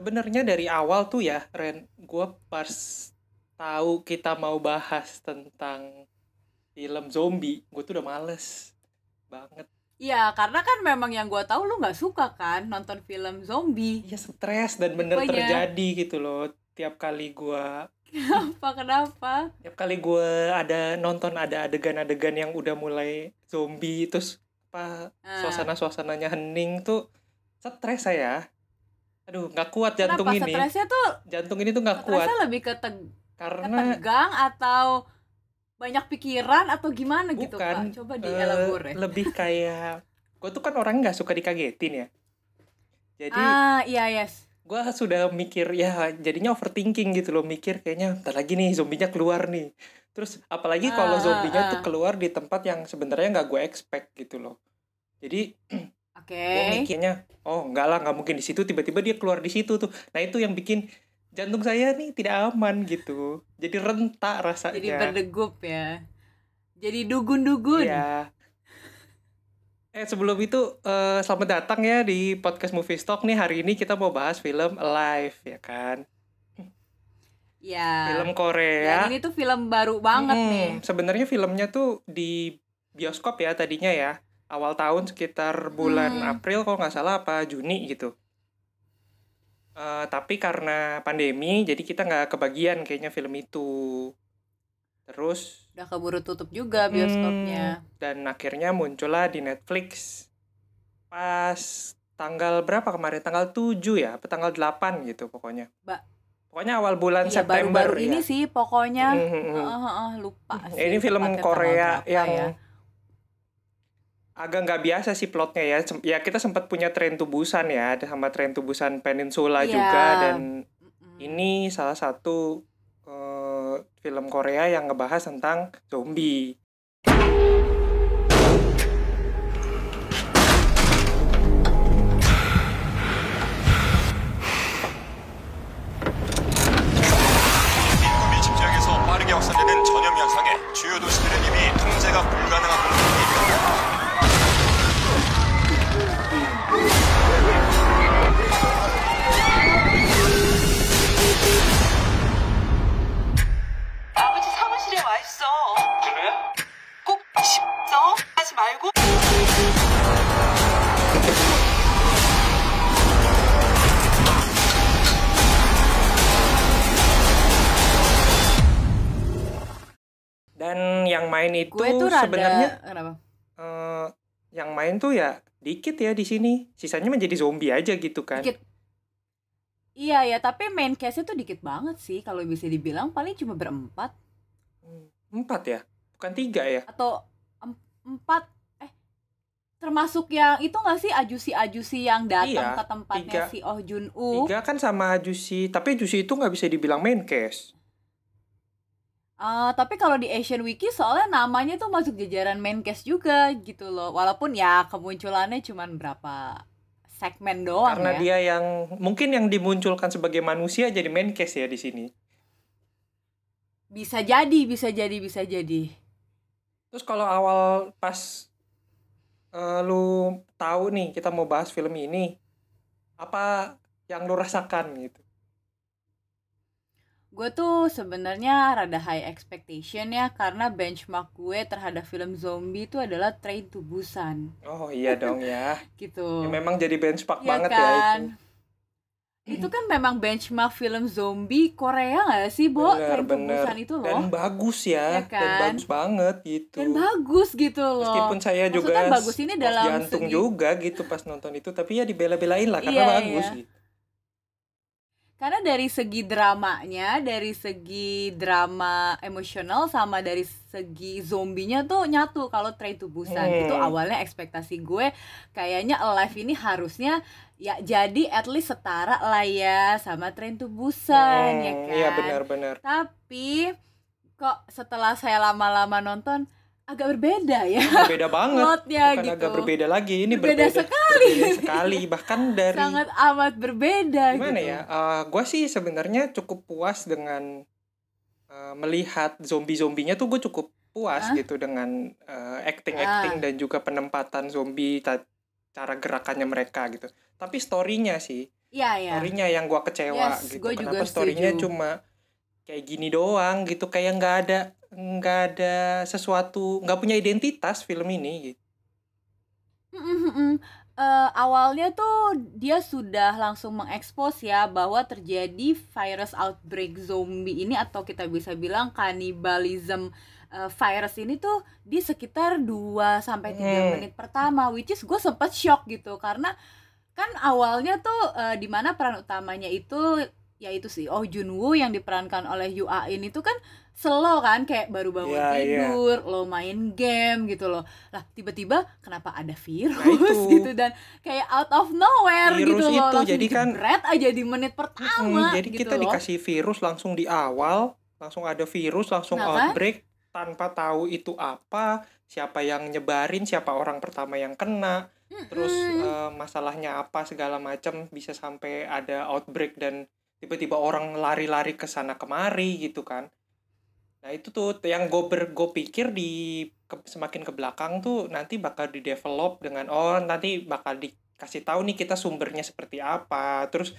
Sebenarnya dari awal tuh ya, Ren, gue pas tahu kita mau bahas tentang film zombie, gue tuh udah males banget. Iya, karena kan memang yang gue tahu lu nggak suka kan nonton film zombie. Iya stres dan bener Tipenya. terjadi gitu loh. Kenapa? Tiap kali gue ada nonton ada adegan-adegan yang udah mulai zombie terus apa Nah, suasana-suasananya hening tuh stres saya. Aduh, nggak kuat jantung kenapa ini. stresnya tuh? Jantung ini tuh nggak kuat Stresnya lebih karena ketegang atau banyak pikiran atau gimana gitu, Kak? bukan Coba dielaborate. lebih kayak gue tuh kan orang nggak suka dikagetin ya. Jadi Ah, iya, yes. gue sudah mikir ya jadinya overthinking gitu loh, mikir kayaknya bentar lagi nih zombinya keluar nih. Terus apalagi kalau Ah, ah, zombinya tuh ah. keluar di tempat yang sebenarnya nggak gue expect gitu loh. Jadi gue Oke. mikirnya oh enggak lah, nggak mungkin di situ, tiba-tiba dia keluar di situ tuh. Nah itu yang bikin jantung saya nih tidak aman gitu, jadi rentak Jadi rasanya. berdegup ya. Jadi dugun-dugun. Iya. Sebelum itu selamat datang ya di podcast Movie Stock nih. Hari ini kita mau bahas film Alive ya kan. Ya. Film Dan Korea. ini tuh film baru banget nih. Sebenarnya filmnya tuh di bioskop ya tadinya ya. Awal tahun sekitar bulan Hmm. April kalau nggak salah apa Juni gitu. Tapi karena pandemi jadi kita nggak kebagian kayaknya film itu. Terus Udah keburu tutup juga bioskopnya. dan akhirnya muncullah di Netflix pas tanggal berapa kemarin? Tanggal 7 ya, atau tanggal 8 gitu pokoknya. Ba- Pokoknya awal bulan iya, September baru-baru ini ya. sih pokoknya. Mhm. Lupa Ini sih film tepatnya tanggal Korea berapa yang ya. agak nggak biasa sih plotnya ya. Ya kita sempat punya Train to Busan ya, ada sama Train to Busan Peninsula Iya. juga, dan Mm-mm. ini salah satu film Korea yang ngebahas tentang zombie. 인구미 지역에서 빠르게 확산되는 전염 현상에 주요 도시들은 이미 통제가 불가능한 공격이 일어났다. 아버지 사무실에 와 있어. 그래? 꼭 싶어? 하지 말고. Dan yang main itu Gue tuh sebenarnya rada kenapa? yang main tuh ya dikit ya di sini. Sisanya menjadi zombie aja gitu kan. Dikit. Iya ya, tapi main cast-nya tuh dikit banget sih kalau bisa dibilang paling cuma berempat 4 ya? Bukan 3 ya? atau empat termasuk yang itu nggak sih ajusi-ajusi yang datang Iya, ke tempatnya 3. si Oh Jun Woo. 3 kan sama Juicy, tapi Juicy itu nggak bisa dibilang main cast. Tapi kalau di Asian Wiki soalnya namanya tuh masuk jajaran main cast juga gitu loh. Walaupun ya kemunculannya cuma berapa segmen doang Karena ya. dia yang mungkin yang dimunculkan sebagai manusia jadi main cast ya di sini. Bisa jadi. Terus kalau awal pas lu tahu nih kita mau bahas film ini, apa yang lu rasakan gitu? Gue tuh sebenarnya rada high expectation ya karena benchmark gue terhadap film zombie itu adalah Train to Busan Oh iya dong ya. gitu. Ya, memang jadi benchmark Iya banget ya itu. kan? Itu kan memang benchmark film zombie Korea gak sih, Bo? Train to Bener-bener. Busan itu Dan loh. bagus Iya ya. Dan kan? bagus banget gitu. Dan bagus gitu loh. Meskipun saya Maksudnya juga bagus ini off dalam jantung segi juga gitu pas nonton itu, tapi ya dibela-belain lah karena Iya, bagus iya. gitu. Karena dari segi dramanya, dari segi drama emosional sama dari segi zombinya tuh nyatu kalau Train to Busan. Itu awalnya ekspektasi gue kayaknya Alive ini harusnya ya jadi at least setara lah ya sama Train to Busan ya kan. Iya benar-benar. Tapi kok setelah saya lama-lama nonton agak berbeda ya. Beda banget. Plotnya Bukan gitu. agak berbeda lagi, ini Berbeda sekali. Berbeda sekali, bahkan dari Sangat amat berbeda gimana gitu. ya? Gue sih sebenarnya cukup puas dengan melihat zombie-zombinya tuh, gue cukup puas gitu dengan acting dan juga penempatan zombie, cara gerakannya mereka gitu. Tapi story-nya sih Iya, ya. Story-nya yang gue kecewa Yes, gitu. gue juga Kenapa story-nya setuju. cuma kayak gini doang gitu, kayak nggak ada sesuatu, nggak punya identitas film ini gitu. Awalnya tuh dia sudah langsung mengekspos ya bahwa terjadi virus outbreak zombie ini, atau kita bisa bilang cannibalism virus ini tuh di sekitar 2 sampai 3 menit pertama, which is gue sempet shock gitu karena kan awalnya tuh di mana peran utamanya itu yaitu si Oh Jun Woo yang diperankan oleh Yu A In itu kan slow kan, kayak baru bangun Iya, iya. tidur, lo main game gitu loh. Lah tiba-tiba kenapa ada virus itu. gitu, dan kayak out of nowhere Virus gitu loh, itu, langsung jadi kan- dijebret aja di menit pertama Jadi gitu kita loh. dikasih virus langsung di awal, langsung ada virus, langsung Nah, kan? outbreak tanpa tahu itu apa, siapa yang nyebarin, siapa orang pertama yang kena, terus masalahnya apa segala macam, bisa sampai ada outbreak dan tiba-tiba orang lari-lari ke sana kemari gitu kan. Nah itu tuh yang gue pikir semakin ke belakang tuh nanti bakal di-develop dengan nanti bakal dikasih tahu nih kita sumbernya seperti apa, terus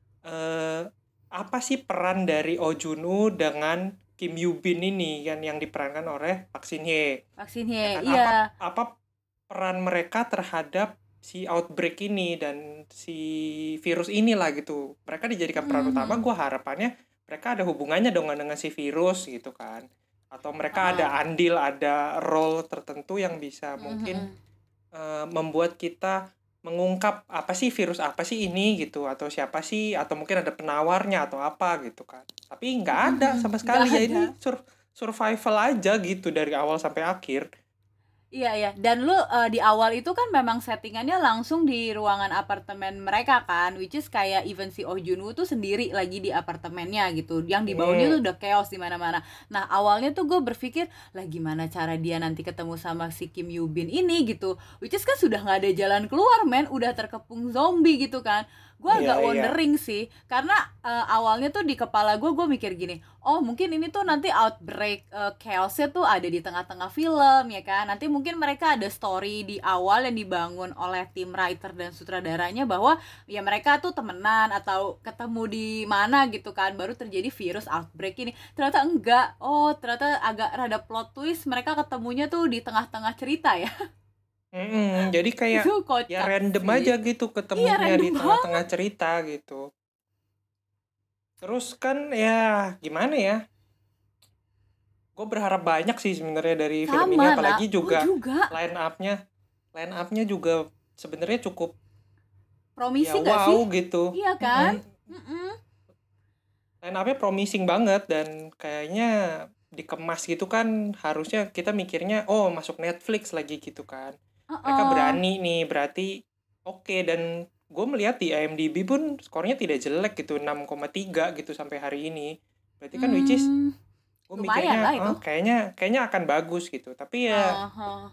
apa sih peran dari Oh Jun Woo dengan Kim Yoo Bin ini kan yang diperankan oleh Park Shin Hye. Vaksinnya, Ya kan? iya. Apa peran mereka terhadap si outbreak ini dan si virus inilah gitu. Mereka dijadikan peran utama, gue harapannya mereka ada hubungannya dengan si virus gitu kan. Atau mereka ada andil, ada role tertentu yang bisa mungkin membuat kita mengungkap apa sih virus apa sih ini gitu, atau siapa sih, atau mungkin ada penawarnya atau apa gitu kan. Tapi nggak ada sama sekali, Nggak ya ada. ini survival aja gitu dari awal sampai akhir. Iya, iya. Dan lu di awal itu kan memang settingannya langsung di ruangan apartemen mereka kan, which is kayak even si Oh Jun Woo tuh sendiri lagi di apartemennya gitu. Yang di bawahnya tuh udah chaos di mana-mana. Nah, awalnya tuh gue berpikir, lah gimana cara dia nanti ketemu sama si Kim Yoo Bin ini gitu. Which is kan sudah nggak ada jalan keluar, men, udah terkepung zombie gitu kan. Gue agak Iya, iya. wondering sih, karena awalnya tuh di kepala gue mikir gini, oh mungkin ini tuh nanti outbreak chaosnya tuh ada di tengah-tengah film ya kan. Nanti mungkin mereka ada story di awal yang dibangun oleh tim writer dan sutradaranya bahwa ya mereka tuh temenan atau ketemu di mana gitu kan, baru terjadi virus outbreak ini. Ternyata enggak. Oh, ternyata agak rada plot twist, mereka ketemunya tuh di tengah-tengah cerita ya. Jadi kayak Itu kocak ya random sih. aja gitu ketemunya Iya, di random tengah-tengah cerita gitu. Terus kan ya gimana ya? Gue berharap banyak sih sebenarnya dari film ini, Sama, apalagi Nak. juga Gua juga. line up-nya juga sebenarnya cukup Promising ya nggak sih? wow gitu. Iya kan? Line up-nya promising banget dan kayaknya dikemas gitu kan, harusnya kita mikirnya oh masuk Netflix lagi gitu kan. Mereka berani nih, berarti oke. Dan gue melihat di IMDb pun skornya tidak jelek gitu, 6,3 gitu sampai hari ini. Berarti kan which is gue lumayan lah mikirnya itu. kayaknya akan bagus gitu. Tapi ya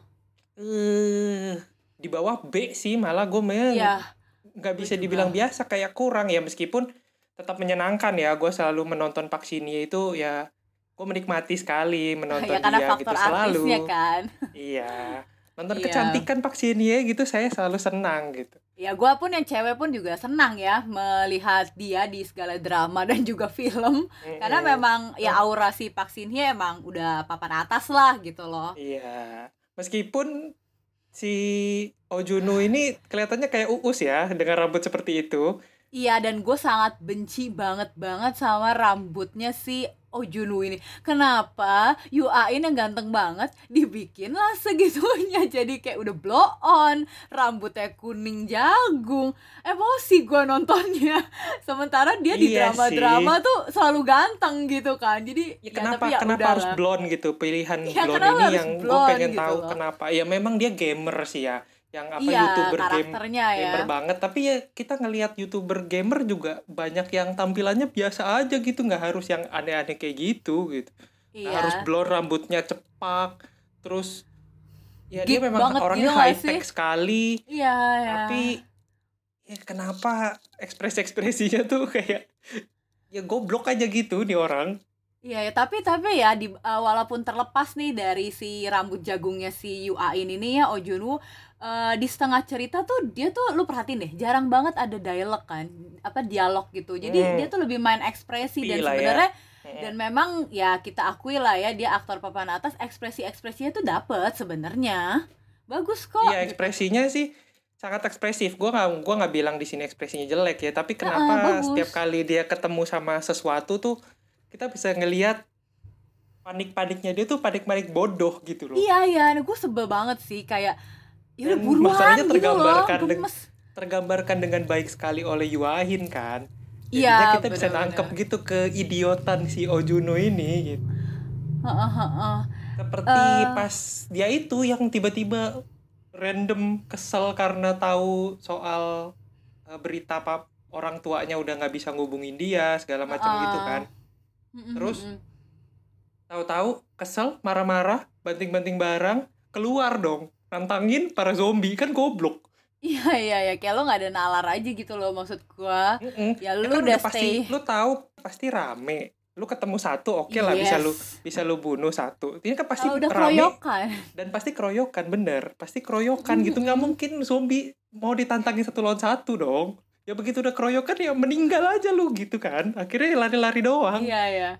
di bawah B sih, malah gue Iya. nggak bisa juga. dibilang biasa, kayak kurang ya, meskipun tetap menyenangkan ya. Gue selalu menonton Park Shin Hye itu ya, gue menikmati sekali menonton Ya karena dia faktor gitu selalu. artisnya kan. Iya, nonton Iya. kecantikan Park Shin Hye gitu saya selalu senang gitu. Ya gue pun yang cewek pun juga senang ya melihat dia di segala drama dan juga film. Karena memang ya aura si Park Shin Hye emang udah papan atas lah gitu loh. Iya, meskipun si Oh Jun Woo ini kelihatannya kayak Uus ya dengan rambut seperti itu. Iya, dan gue sangat benci banget sama rambutnya si Oh Jun Woo ini. Kenapa Yu A In yang ganteng banget dibikin lah segitunya, jadi kayak udah blow on, rambutnya kuning jagung. Emosi gue nontonnya. Sementara dia di Iya drama-drama tuh selalu ganteng gitu kan. Jadi Ya, tapi kenapa harus udahlah. blonde gitu, pilihan Iya, blonde kenapa ini harus yang gue blonde pengen gitu tahu loh. kenapa. Ya memang dia gamer sih ya, yang apa Iya, YouTuber karakternya ya. gamer banget. Tapi ya kita ngelihat YouTuber gamer juga banyak yang tampilannya biasa aja gitu, nggak harus yang aneh-aneh kayak gitu. Iya. Harus blonde, rambutnya cepak, terus ya dia Geek memang banget orangnya gitu nggak high tech sih? sekali. Iya, ya. Tapi ya kenapa ekspresinya tuh kayak ya goblok aja gitu nih orang. Iya ya, tapi ya walaupun terlepas nih dari si rambut jagungnya si Yua ini nih ya, Oh Junwoo, di setengah cerita tuh dia tuh lu perhatiin deh, jarang banget ada dialog kan, apa dialog gitu. Jadi dia tuh lebih main ekspresi dan Sepi lah ya. sebenarnya dan memang ya kita akui lah ya, dia aktor papan atas, ekspresinya tuh dapet sebenarnya. Bagus kok Iya, gitu. ekspresinya sih sangat ekspresif. Gua nggak bilang di sini ekspresinya jelek ya, tapi kenapa bagus. setiap kali dia ketemu sama sesuatu tuh kita bisa ngelihat panik-paniknya dia tuh panik-panik bodoh gitu loh. Iya, gue sebel banget sih kayak ya udah Dan buruan masalahnya gitu loh, tergambarkan gemes. tergambarkan dengan baik sekali oleh Yuahin kan. Iya, Jadinya kita bisa bener-bener. nangkep gitu keidiotan si Oh Junwoo ini gitu. Heeh. Seperti pas dia itu yang tiba-tiba random kesel karena tahu soal berita orang tuanya udah nggak bisa ngubungin dia segala macam gitu kan. Terus tahu-tahu kesel, marah-marah, banting-banting barang, keluar dong, nantangin para zombie, kan goblok. Iya, kayak lo nggak ada nalar aja gitu loh maksud gua. Ya lu kan udah pasti, stay. lu tahu pasti rame. Lu ketemu satu, oke lah bisa lu bunuh satu. Ini kan pasti Kalau udah rame keroyokan. dan pasti keroyokan, bener. Pasti keroyokan gitu, nggak mungkin zombie mau ditantangin 1 lawan 1 dong. Ya begitu udah keroyokan ya meninggal aja lu gitu kan. Akhirnya lari-lari doang. Iya.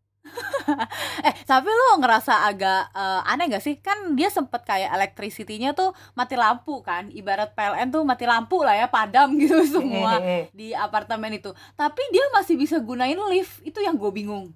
Tapi lo ngerasa agak aneh gak sih? Kan dia sempet kayak electricity-nya tuh mati lampu kan. Ibarat PLN tuh mati lampu lah ya, padam gitu semua di apartemen itu. Tapi dia masih bisa gunain lift. Itu yang gue bingung.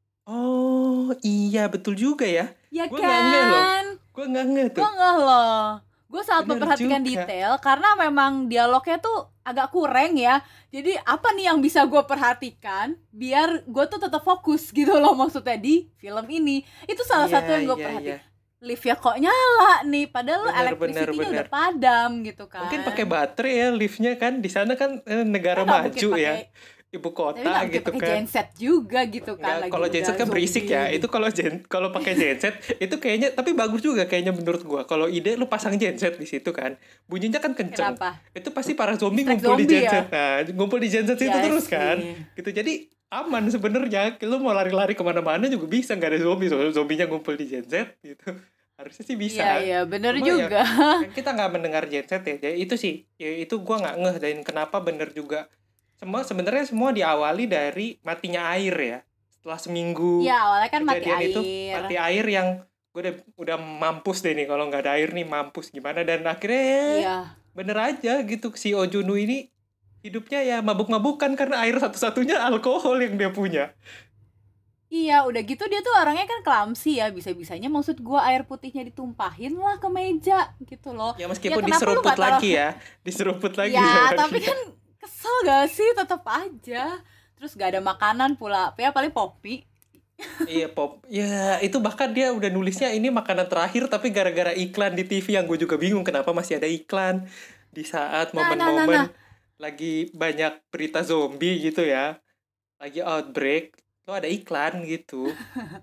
Oh iya betul juga ya. Ya Gue nggak ngeh loh. kan? Gue nggak ngeh tuh. Gue ngeh loh. Gue sangat Bener memperhatikan juga. detail karena memang dialognya tuh agak kurang ya. Jadi apa nih yang bisa gue perhatikan biar gue tuh tetap fokus gitu loh maksudnya di film ini. Itu salah satu yang gue perhatikan. Liftnya kok nyala nih, padahal lo electricity-nya udah padam gitu kan. Mungkin pakai baterai ya liftnya kan. Di sana kan negara maju ya. Ibu kota tapi gitu pakai kan. genset juga gitu kan. Kalau genset kan berisik ya. Itu kalau pakai genset itu kayaknya, tapi bagus juga kayaknya menurut gua. Kalau ide lu pasang genset di situ kan, bunyinya kan kenceng. Kenapa? Itu pasti para zombie Distract ngumpul di zombie genset. ya? Nah, ngumpul di genset itu terus kan. Gitu. Jadi aman sebenarnya. Lu mau lari-lari kemana-mana juga bisa, nggak ada zombie. Zombinya ngumpul di genset gitu. Harusnya sih bisa. Iya, bener Cuma juga. Ya, kita nggak mendengar genset ya. Jadi itu sih, ya itu gua nggak ngeh dan kenapa bener juga. Sebenarnya semua diawali dari matinya air ya. Setelah seminggu. Iya, awalnya kan mati air. Itu mati air yang gue udah mampus deh nih kalau nggak ada air nih, mampus gimana. Dan akhirnya bener aja gitu, si Oh Junwoo ini hidupnya ya mabuk-mabukan karena air satu-satunya alkohol yang dia punya. Iya, udah gitu dia tuh orangnya kan clumsy ya, bisa-bisanya maksud gua air putihnya ditumpahin lah ke meja gitu loh. Ya meskipun diseruput lagi ya, diseruput lagi. Ya, tapi kan kesel gak sih, tetap aja. Terus gak ada makanan pula, ya paling Poppi. Iya pop, ya itu bahkan dia udah nulisnya ini makanan terakhir, tapi gara-gara iklan di TV yang gue juga bingung kenapa masih ada iklan di saat momen-momen lagi banyak berita zombie gitu ya, lagi outbreak, lo ada iklan gitu.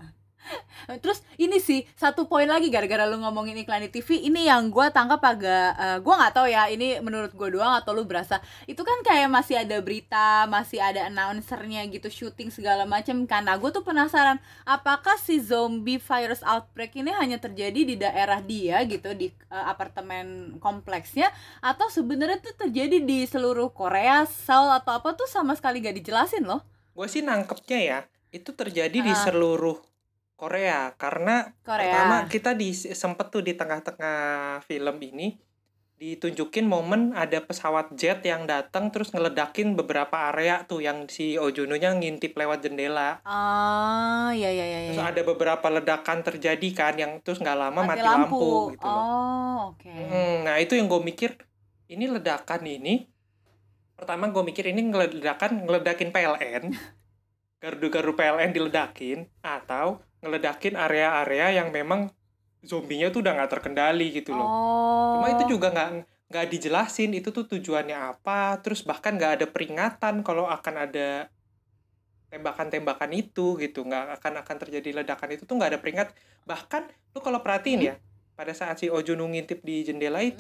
Terus ini sih satu poin lagi gara-gara lu ngomongin iklan di TV, ini yang gue tangkap agak gue nggak tahu ya ini menurut gue doang atau lu berasa itu kan kayak masih ada berita, masih ada announcernya gitu, syuting segala macam kan. Nah gue tuh penasaran apakah si zombie virus outbreak ini hanya terjadi di daerah dia gitu, di apartemen kompleksnya, atau sebenarnya tuh terjadi di seluruh Korea, Seoul atau apa tuh sama sekali gak dijelasin loh. Gue sih nangkepnya ya itu terjadi di seluruh Korea, karena pertama kita sempet tuh di tengah-tengah film ini ditunjukin momen ada pesawat jet yang datang terus ngeledakin beberapa area tuh yang si Oh Junwoo-nya ngintip lewat jendela. Iya. Terus ada beberapa ledakan terjadi kan yang terus nggak lama mati lampu gitu loh. Oke. Nah itu yang gue mikir, ini ledakan ini pertama gue mikir ini ngeledakin PLN. Gardu-gardu PLN diledakin atau ngeledakin area-area yang memang zombinya tuh udah nggak terkendali gitu loh. Cuma itu juga nggak dijelasin itu tuh tujuannya apa. Terus bahkan nggak ada peringatan kalau akan ada tembakan-tembakan itu gitu. Nggak akan terjadi ledakan itu tuh nggak ada peringat. Bahkan lu kalau perhatiin ya pada saat si Oh Junwoo ngintip di jendela itu,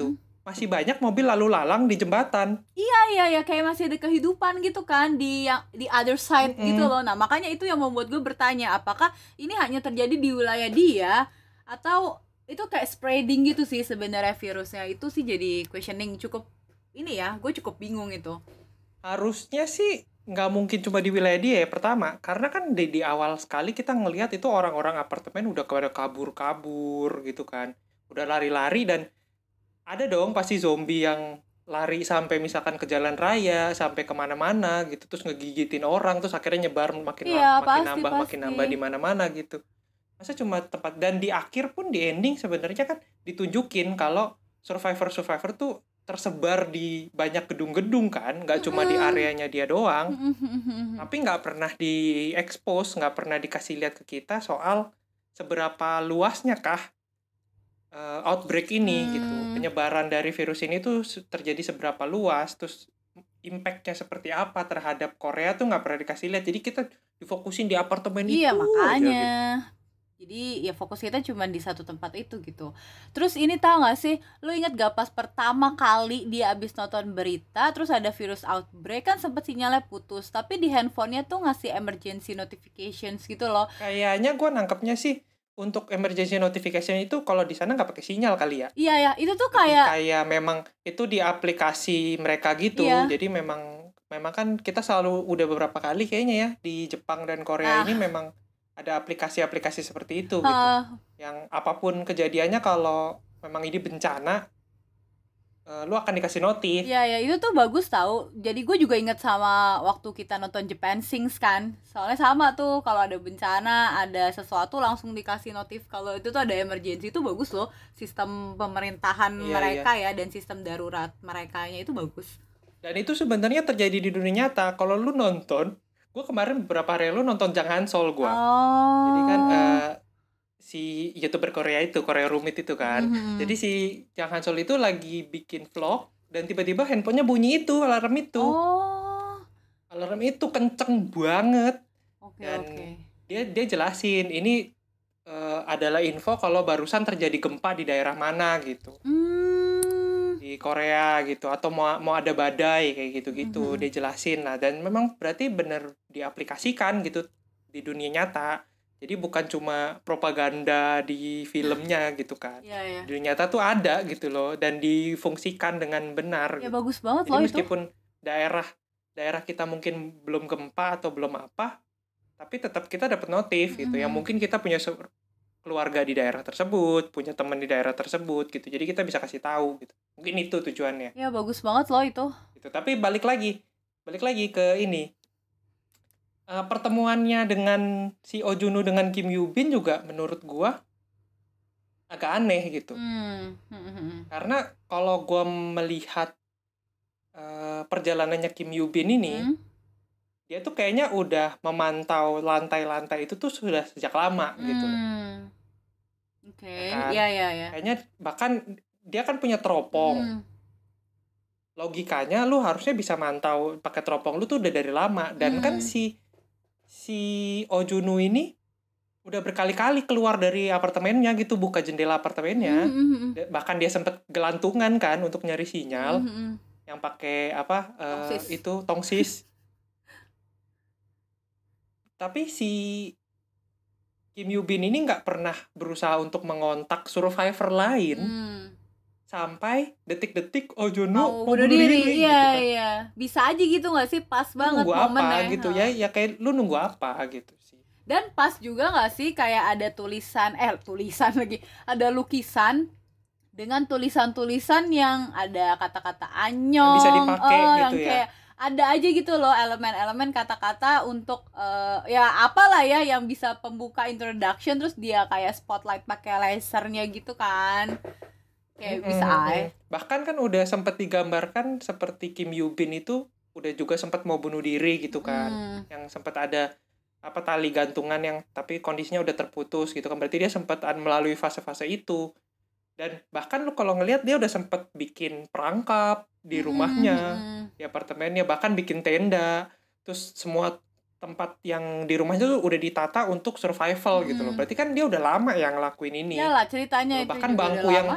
masih banyak mobil lalu lalang di jembatan. Iya kayak masih ada kehidupan gitu kan di other side gitu loh. Nah makanya itu yang membuat gue bertanya, apakah ini hanya terjadi di wilayah dia atau itu kayak spreading gitu sih sebenarnya virusnya. Itu sih jadi questioning cukup ini ya, gue cukup bingung itu. Harusnya sih nggak mungkin cuma di wilayah dia ya, pertama karena kan di awal sekali kita ngelihat itu orang-orang apartemen udah pada kabur-kabur gitu kan, udah lari-lari, dan ada dong pasti zombie yang lari sampai misalkan ke jalan raya, sampai kemana-mana gitu, terus ngegigitin orang, terus akhirnya nyebar makin Iya, makin nambah di mana-mana gitu. Masa cuma tempat, dan di akhir pun di ending sebenarnya kan ditunjukin kalau survivor tuh tersebar di banyak gedung-gedung kan, nggak cuma di areanya dia doang, tapi nggak pernah di-expose, nggak pernah dikasih lihat ke kita soal seberapa luasnya kah outbreak ini gitu, penyebaran dari virus ini tuh terjadi seberapa luas, terus impact-nya seperti apa terhadap Korea tuh nggak pernah dikasih lihat, jadi kita difokusin di apartemen Iya itu makanya aja gitu. jadi ya fokus kita cuma di satu tempat itu gitu. Terus ini tahu nggak sih, lu inget gak pas pertama kali dia abis nonton berita terus ada virus outbreak kan sempet sinyalnya putus, tapi di handphonenya tuh ngasih emergency notifications gitu loh. Kayaknya gue nangkepnya sih untuk emergency notification itu kalau di sana nggak pakai sinyal kali ya. Iya ya, itu tuh Jadi kayak kayak memang itu di aplikasi mereka gitu. Iya. Jadi memang kan kita selalu udah beberapa kali kayaknya ya di Jepang dan Korea ini memang ada aplikasi-aplikasi seperti itu gitu. Yang apapun kejadiannya kalau memang ini bencana, lu akan dikasih notif. Iya, itu tuh bagus tau. Jadi gue juga inget sama waktu kita nonton Japan Sings kan. Soalnya sama tuh, kalau ada bencana, ada sesuatu langsung dikasih notif. Kalau itu tuh ada emergency, itu bagus loh. Sistem pemerintahan mereka ya, dan sistem darurat merekanya itu bagus. Dan itu sebenarnya terjadi di dunia nyata. Kalau lu nonton, gue kemarin beberapa hari lalu nonton Jang Han-sol gue. Jadi kan si YouTuber Korea itu, Korea Rumit itu kan. Jadi si Jang Han-sol itu lagi bikin vlog dan tiba-tiba handphonenya bunyi itu, alarm itu. Alarm itu kenceng banget. Dan dia jelasin ini adalah info kalau barusan terjadi gempa di daerah mana gitu. Di Korea gitu, atau mau ada badai kayak gitu-gitu. Dia jelasin. Nah, dan memang berarti bener diaplikasikan gitu di dunia nyata. Jadi bukan cuma propaganda di filmnya gitu kan. Iya. Di dunia nyata tuh ada gitu loh, dan difungsikan dengan benar. Ya gitu. bagus banget jadi loh itu. Meskipun daerah kita mungkin belum gempa atau belum apa, tapi tetap kita dapat notif gitu. Yang mungkin kita punya keluarga di daerah tersebut, punya teman di daerah tersebut gitu. Jadi kita bisa kasih tahu gitu. Mungkin itu tujuannya. Ya bagus banget loh itu. Gitu. Tapi balik lagi ke ini. Pertemuannya dengan si Oh Jun-woo dengan Kim Yoo Bin juga menurut gua agak aneh gitu. Karena kalau gua melihat perjalanannya Kim Yoo Bin ini, dia tuh kayaknya udah memantau lantai-lantai itu tuh sudah sejak lama gitu. Iya. Kayaknya bahkan dia kan punya teropong. Logikanya lu harusnya bisa mantau pakai teropong lu tuh udah dari lama. Dan kan si Oh Jun-woo ini udah berkali-kali keluar dari apartemennya gitu, buka jendela apartemennya. Bahkan dia sempet gelantungan kan untuk nyari sinyal. Yang pakai tongsis. Tapi si Kim Yoo Bin ini nggak pernah berusaha untuk mengontak survivor lain sampai detik-detik Oh Jun-woo mau bunuh diri. Iya. Bisa aja gitu nggak sih, pas banget momennya. Apa gitu ya kayak lu nunggu apa gitu sih. Dan pas juga nggak sih kayak ada tulisan lagi, ada lukisan dengan tulisan-tulisan yang ada kata-kata anyong, yang bisa dipakai gitu yang kayak ada aja gitu loh elemen-elemen kata-kata untuk ya apalah ya yang bisa pembuka introduction, terus dia kayak spotlight pakai lasernya gitu kan, kayak bisa bahkan kan udah sempet digambarkan seperti Kim Yoo Bin itu udah juga sempat mau bunuh diri gitu kan, yang sempat ada tali gantungan yang tapi kondisinya udah terputus gitu kan, berarti dia sempat melalui fase-fase itu. Dan bahkan lu kalau ngelihat dia udah sempet bikin perangkap di rumahnya, di apartemennya, bahkan bikin tenda. Terus semua tempat yang di rumahnya tuh udah ditata untuk survival gitu loh. Berarti kan dia udah lama yang ngelakuin ini. Iyalah ceritanya itu bahkan juga bangku udah yang lama.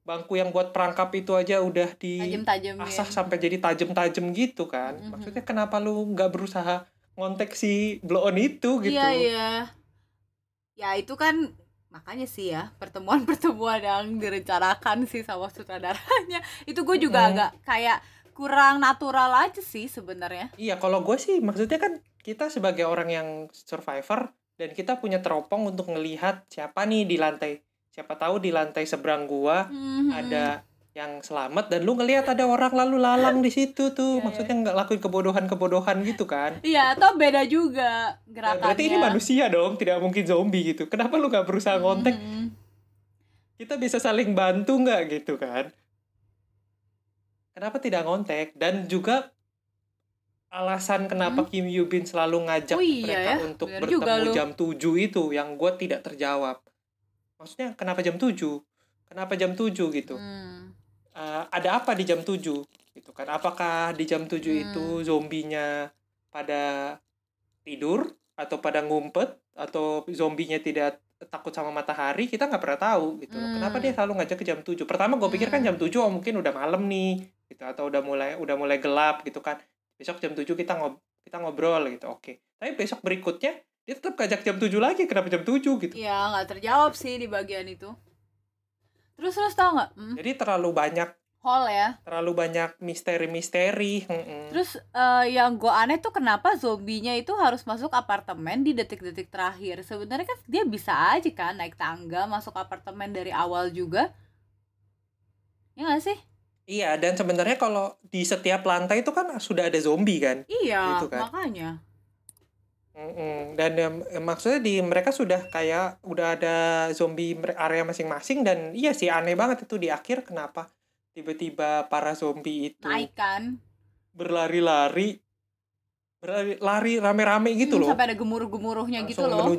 bangku yang buat perangkap itu aja udah Tajem-tajemin. diasah sampai jadi tajem-tajem gitu kan. Maksudnya kenapa lu nggak berusaha ngontek si blow on itu gitu? Iya. Ya itu kan makanya sih ya pertemuan-pertemuan yang direncanakan sih sama sutradaranya itu gue juga agak kayak kurang natural aja sih sebenarnya. Iya, kalau gue sih maksudnya kan kita sebagai orang yang survivor dan kita punya teropong untuk ngelihat siapa nih di lantai. Siapa tahu di lantai seberang gua ada yang selamat dan lu ngelihat ada orang lalu lalang di situ tuh. Maksudnya nggak lakuin kebodohan-kebodohan gitu kan. Iya, atau beda juga gerakannya. Berarti ini manusia dong, tidak mungkin zombie gitu. Kenapa lu nggak berusaha ngontek? Kita bisa saling bantu nggak gitu kan? Kenapa tidak ngontek? Dan juga alasan kenapa Kim Yoo Bin selalu ngajak mereka untuk bertemu jam 7 itu yang gue tidak terjawab. Maksudnya kenapa jam 7? Kenapa jam 7 gitu? Ada apa di jam 7 gitu kan? Apakah di jam 7 itu zombinya pada tidur atau pada ngumpet atau zombinya tidak takut sama matahari? Kita nggak pernah tahu gitu. Kenapa dia selalu ngajak ke jam 7? Pertama gue pikir kan jam 7 mungkin udah malam nih gitu atau udah mulai gelap gitu kan. Besok jam 7 kita ngobrol gitu. Oke. Tapi besok berikutnya dia tetap ngajak jam 7 lagi. Kenapa jam 7 gitu? Iya, nggak terjawab sih di bagian itu. Terus tau nggak? Jadi terlalu banyak hole ya. Terlalu banyak misteri-misteri. Terus yang gue aneh tuh kenapa zombinya itu harus masuk apartemen di detik-detik terakhir. Sebenarnya kan dia bisa aja kan naik tangga masuk apartemen dari awal juga. Ya nggak sih? Iya, dan sebenarnya kalau di setiap lantai itu kan sudah ada zombie kan? Iya, gitu kan? Makanya. Dan maksudnya mereka sudah kayak udah ada zombie area masing-masing dan iya sih aneh banget itu di akhir kenapa tiba-tiba para zombie itu naik kan? Berlari rame-rame gitu loh. Sampai ada gemuruh-gemuruhnya gitu loh.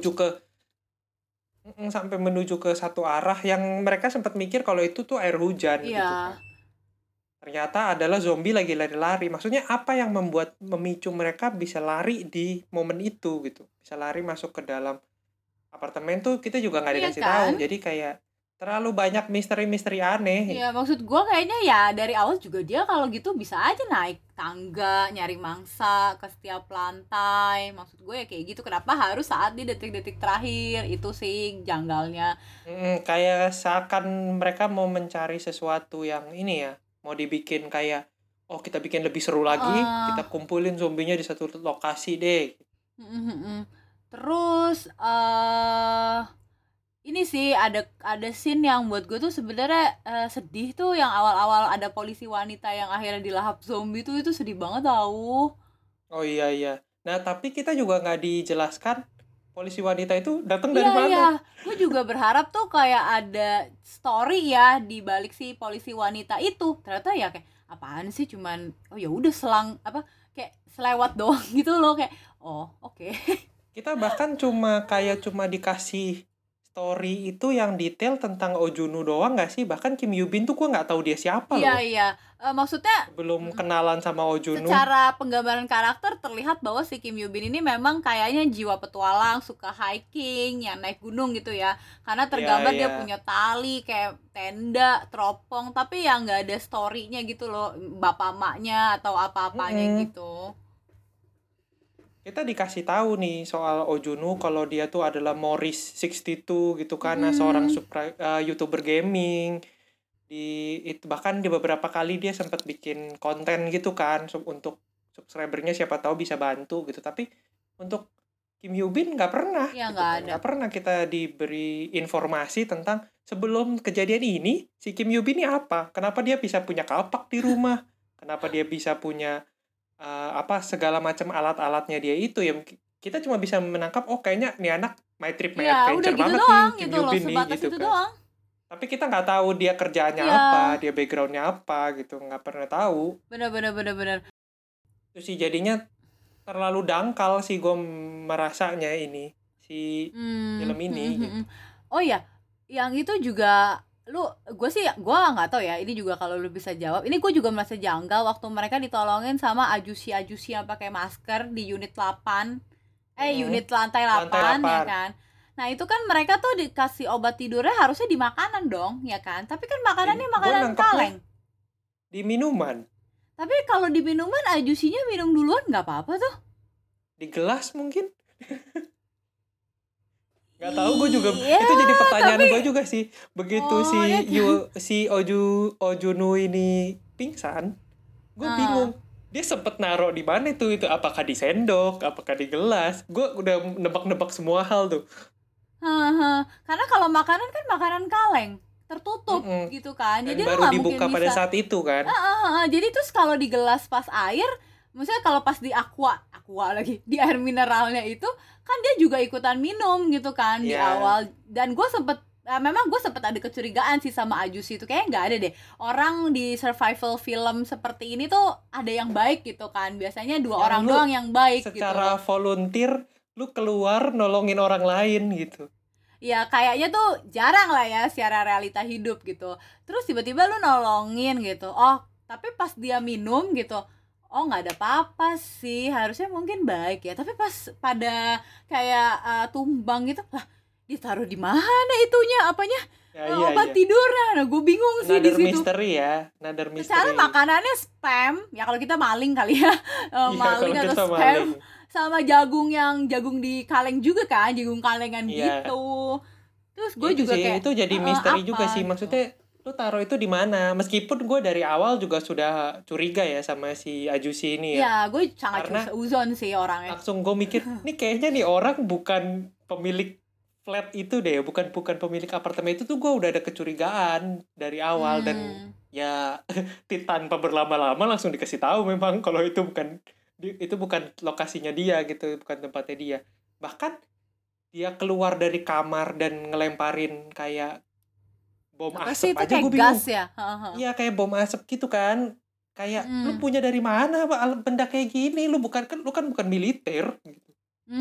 Sampai menuju ke satu arah yang mereka sempat mikir kalau itu tuh air hujan gitu kan. Ternyata adalah zombie lagi lari-lari. Maksudnya apa yang memicu mereka bisa lari di momen itu gitu. Bisa lari masuk ke dalam apartemen tuh kita juga nggak dikasih tahu. Jadi kayak terlalu banyak misteri-misteri aneh. Iya, maksud gue kayaknya ya dari awal juga dia kalau gitu bisa aja naik tangga, nyari mangsa ke setiap lantai. Maksud gue ya kayak gitu. Kenapa harus saat di detik-detik terakhir? Itu sih janggalnya. Kayak seakan mereka mau mencari sesuatu yang ini ya. Mau dibikin kayak, oh kita bikin lebih seru lagi, kita kumpulin zombinya di satu lokasi deh. Terus ini sih ada scene yang buat gue tuh sebenarnya sedih tuh yang awal-awal ada polisi wanita yang akhirnya dilahap zombie tuh itu sedih banget tau. Oh iya. Nah tapi kita juga nggak dijelaskan polisi wanita itu datang dari mana. Iya, gue juga berharap tuh kayak ada story ya di balik si polisi wanita itu. Ternyata ya kayak apaan sih cuman oh ya udah kayak selewat doang gitu loh kayak oh oke. Kita bahkan cuma dikasih story itu yang detail tentang Oh Jun-woo doang nggak sih? Bahkan Kim Yoo Bin tuh gue nggak tahu dia siapa loh. Iya. Maksudnya belum kenalan sama Oh Jun-woo. Secara penggambaran karakter terlihat bahwa si Kim Yoo Bin ini memang kayaknya jiwa petualang, suka hiking, yang naik gunung gitu ya. Karena tergambar dia punya tali kayak tenda, teropong, tapi yang nggak ada story-nya gitu loh, bapak maknya atau apa-apanya gitu. Kita dikasih tahu nih soal Oh Jun-woo kalau dia tuh adalah Morris 62 gitu kan, seorang YouTuber gaming. Bahkan di beberapa kali dia sempat bikin konten gitu kan untuk subscribernya siapa tahu bisa bantu gitu. Tapi untuk Kim Yoo Bin nggak pernah. Ya, gitu kan. Nggak pernah kita diberi informasi tentang sebelum kejadian ini si Kim Yoo Bin ini apa? Kenapa dia bisa punya kapak di rumah? Kenapa dia bisa punya segala macam alat-alatnya dia itu yang kita cuma bisa menangkap kayaknya nih anak my trip my adventure gitu banget doang, nih Kim Yoo Bin nih gitu kan. Doang. Tapi kita nggak tahu dia kerjaannya apa, dia backgroundnya apa gitu, nggak pernah tahu. Bener. Terus sih jadinya terlalu dangkal sih gue merasanya ini si film ini. Gitu. Oh ya, yang itu juga gue nggak tahu ya, ini juga kalau lu bisa jawab, ini gue juga merasa janggal waktu mereka ditolongin sama ajusi yang pakai masker di unit 8 unit lantai 8 ya kan. Nah itu kan mereka tuh dikasih obat tidurnya harusnya di makanan dong, ya kan? Tapi kan makanannya Gua makanan nangkepnya kaleng. di minuman, Tapi kalau di minuman Ajusinya minum duluan nggak apa-apa tuh. di gelas mungkin. Nggak tahu, gue juga Iya, itu jadi pertanyaan tapi gue juga sih. Begitu oh ya kan. si Ojunu ini pingsan, gue Ah. bingung. Dia sempet naruh di mana itu apakah di sendok, apakah di gelas? Gue udah nebak-nebak semua hal tuh. Heeh. Karena kalau makanan kan makanan kaleng, tertutup Mm-mm. gitu kan. Dan Jadi lu baru nggak dibuka mungkin pada bisa. saat itu kan. Jadi terus kalau di gelas pas air, misalnya kalau pas di aqua lagi, di air mineralnya itu kan dia juga ikutan minum gitu kan di Iya. awal. Dan memang gue sempet ada kecurigaan sih sama Ajusi itu, kayaknya nggak ada deh orang di survival film seperti ini tuh ada yang baik gitu kan. Biasanya dua Yang orang lu doang yang baik gitu. secara volunteer lu keluar nolongin orang lain gitu. Ya kayaknya tuh jarang lah ya secara realita hidup gitu. Terus tiba-tiba lu nolongin gitu. Oh, tapi pas dia minum gitu, oh nggak ada apa-apa sih, harusnya mungkin baik ya. Tapi pas pada kayak tumbang gitu, lah ditaruh di mana itunya, apanya, Ya iya obat iya. tidurnya. Nah gue bingung sih di Another situ. mystery ya, another Secara mystery. makanannya spam, ya kalau kita maling kali ya, Iya, maling kalau atau kita spam, maling. sama jagung di kaleng juga kan, jagung kalengan Iya. gitu. Terus Ya gue itu juga sih, kayak itu jadi misteri apa juga sih. gitu. Maksudnya lu taruh itu di mana? Meskipun gue dari awal juga sudah curiga ya sama si Ajusi ini ya. Ya, gue sangat Karena uzon sih orangnya. langsung gue mikir, nih kayaknya nih orang bukan pemilik flat itu deh, bukan pemilik apartemen itu tuh gue udah ada kecurigaan dari awal dan ya tanpa berlama-lama langsung dikasih tahu memang kalau itu bukan lokasinya dia gitu, bukan tempatnya dia. Bahkan dia keluar dari kamar dan ngelemparin kayak bom Apa sih asap itu aja kayak gue bingung. gas ya? Iya kayak bom asap gitu kan. Kayak lu punya dari mana benda kayak gini? Lu kan bukan militer gitu.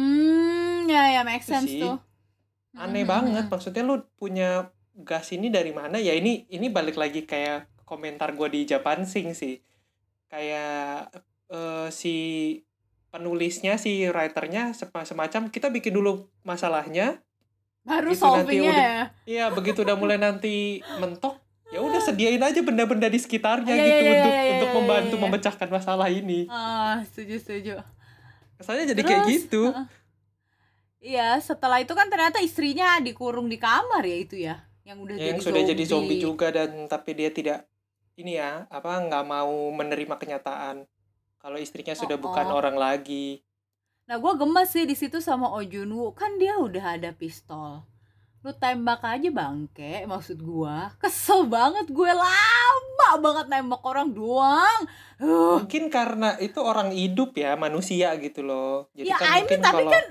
Ya make Itu sense sih tuh. aneh banget. Maksudnya lu punya gas ini dari mana? Ya ini balik lagi kayak komentar gue di Japansing sih. Kayak si penulisnya, si writernya semacam kita bikin dulu masalahnya, Baru gitu nanti solvingnya udah, ya. iya begitu udah mulai nanti mentok, ya udah sediain aja benda-benda di sekitarnya Iya, gitu iya, untuk iya, membantu iya. memecahkan masalah ini. Setuju. Kesannya jadi kayak Terus, gitu. Iya, setelah itu kan ternyata istrinya dikurung di kamar ya itu ya, yang udah Yang jadi sudah jadi zombie zombie. juga, dan tapi dia tidak nggak mau menerima kenyataan kalau istrinya sudah bukan orang lagi. Nah, gue gemes sih di situ sama Ojunwoo, kan dia udah ada pistol. Lu tembak aja bangke, maksud gue. Kesel banget gue, lama banget nembak orang doang. Mungkin karena itu orang hidup ya, manusia gitu loh. Jadi Ya, kan I mean, mungkin tapi kalau kan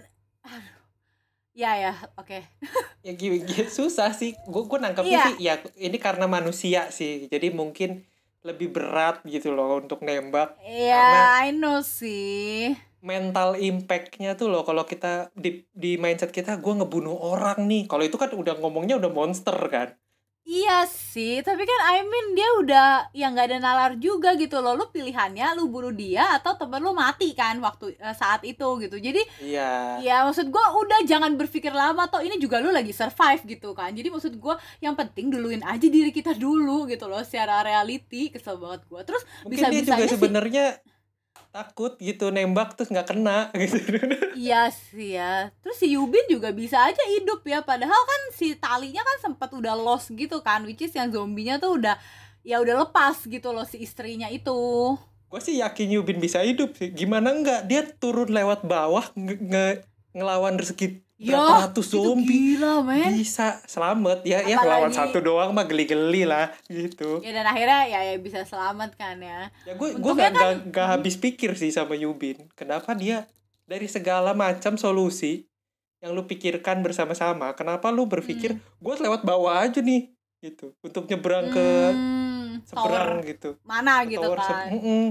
ya, oke. ya gini, susah sih. Gue nangkepnya Iya. sih ya ini karena manusia sih. Jadi mungkin lebih berat gitu loh untuk nembak. Iya, Karena I know sih. mental impact-nya tuh loh, kalau kita di mindset kita, gue ngebunuh orang nih. Kalau itu kan udah ngomongnya udah monster kan. Iya sih, tapi kan I mean dia udah ya nggak ada nalar juga gitu loh. Lu pilihannya lu bunuh dia atau temen lu mati kan waktu saat itu gitu. Jadi Iya. ya maksud gue udah jangan berpikir lama, toh ini juga lu lagi survive gitu kan. Jadi maksud gue yang penting duluin aja diri kita dulu gitu loh secara reality. Kesel banget gue. Terus Mungkin dia juga bisa-bisanya sih sebenarnya takut gitu nembak terus nggak kena gitu. iya sih ya. Terus si Yubin juga bisa aja hidup ya. Padahal kan si talinya kan sempat udah lost gitu kan. Which is yang zombinya tuh udah lepas gitu loh si istrinya itu. Gue sih yakin Yubin bisa hidup sih. Gimana enggak? Dia turun lewat bawah ngelawan rezeki berapa ratus itu zombie. gila men. Bisa selamat ya. Ya Apalagi- lawan satu doang mah geli-geli lah gitu. Ya dan akhirnya ya bisa selamat kan ya. Ya gue Untungnya nggak habis pikir sih sama Yubin. Kenapa dia dari segala macam solusi yang lu pikirkan bersama-sama, kenapa lu berpikir gue lewat bawah aja nih gitu untuk nyebrang ke seberang tower gitu. mana Ke gitu tower kan.